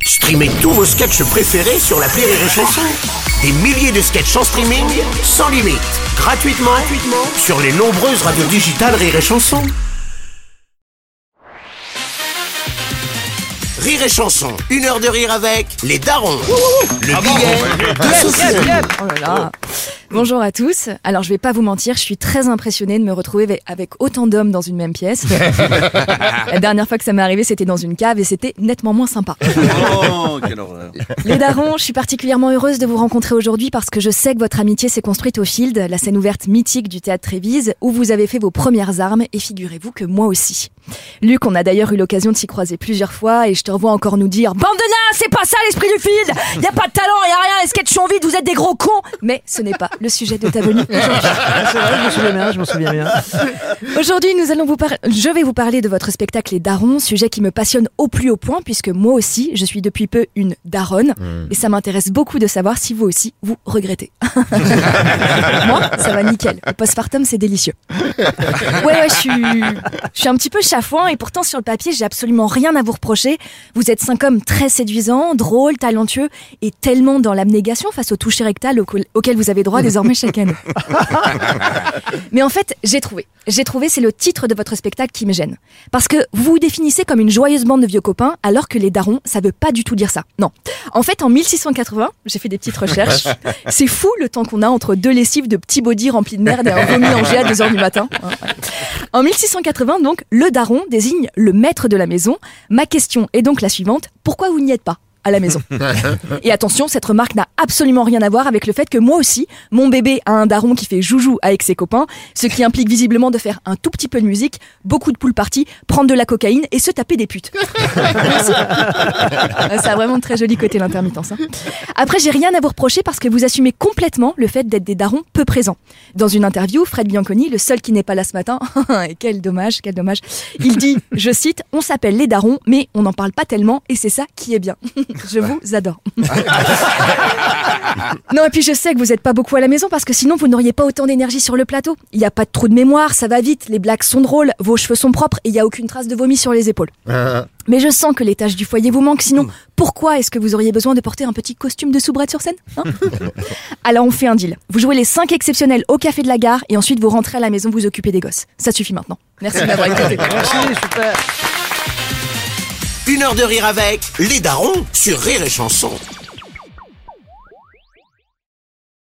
Streamez tous vos sketchs préférés sur l'appli Rire et Chanson. Des milliers de sketchs en streaming, sans limite, gratuitement sur les nombreuses radios digitales Rire et Chanson. Rire et Chanson, 1 heure de rire avec les darons. Le billet de Sophie. Oh là là. Bonjour à tous. Alors je vais pas vous mentir, je suis très impressionnée de me retrouver avec autant d'hommes dans une même pièce. La dernière fois que ça m'est arrivé, c'était dans une cave et c'était nettement moins sympa. Oh, quelle horreur. Les darons, je suis particulièrement heureuse de vous rencontrer aujourd'hui parce que je sais que votre amitié s'est construite au Field, la scène ouverte mythique du théâtre Trévise, où vous avez fait vos premières armes, et figurez-vous que moi aussi. Luc, on a d'ailleurs eu l'occasion de s'y croiser plusieurs fois et je te revois encore nous dire « Bande de nains, c'est pas ça l'esprit du Field. Y a pas de talent, y a rien, les sketchs sont vides, vous êtes des gros cons !» Mais ce n'est pas le sujet de ta venue aujourd'hui. C'est vrai, je m'en souviens bien. Aujourd'hui, je vais vous parler de votre spectacle Les Darons, sujet qui me passionne au plus haut point puisque moi aussi, je suis depuis peu une daronne et ça m'intéresse beaucoup de savoir si vous aussi, vous regrettez. Moi, ça va nickel. Le postpartum, c'est délicieux. Ouais, je suis un petit peu chafouin et pourtant sur le papier, j'ai absolument rien à vous reprocher. Vous êtes 5 hommes très séduisants, drôles, talentueux et tellement dans l'abnégation face au toucher rectal auquel vous avez droit désormais chaque année. Mais en fait, j'ai trouvé, c'est le titre de votre spectacle qui me gêne. Parce que vous vous définissez comme une joyeuse bande de vieux copains, alors que les darons, ça veut pas du tout dire ça. Non. En fait, en 1680, j'ai fait des petites recherches, c'est fou le temps qu'on a entre 2 lessives de petits bodys remplis de merde et un vomi en jet à 2h du matin. En 1680, donc, le daron désigne le maître de la maison. Ma question est donc la suivante, pourquoi vous n'y êtes pas à la maison? Et attention, cette remarque n'a absolument rien à voir avec le fait que moi aussi, mon bébé a un daron qui fait joujou avec ses copains, ce qui implique visiblement de faire un tout petit peu de musique, beaucoup de pool party, prendre de la cocaïne et se taper des putes. Merci. Ça a vraiment de très joli côté l'intermittence. Après, j'ai rien à vous reprocher parce que vous assumez complètement le fait d'être des darons peu présents. Dans une interview, Fred Bianconi, le seul qui n'est pas là ce matin, et quel dommage, il dit, je cite, on s'appelle les darons, mais on n'en parle pas tellement et c'est ça qui est bien. Je vous adore. Non, et puis je sais que vous n'êtes pas beaucoup à la maison parce que sinon vous n'auriez pas autant d'énergie sur le plateau. Il n'y a pas de trou de mémoire, ça va vite, les blagues sont drôles, vos cheveux sont propres et il n'y a aucune trace de vomi sur les épaules. Mais je sens que les tâches du foyer vous manquent, sinon pourquoi est-ce que vous auriez besoin de porter un petit costume de soubrette sur scène, hein? Alors on fait un deal. Vous jouez les 5 exceptionnels au café de la gare et ensuite vous rentrez à la maison vous occuper des gosses. Ça suffit maintenant. Merci de m'avoir écouté. Merci, super. 1 heure de rire avec les darons sur Rire et Chanson.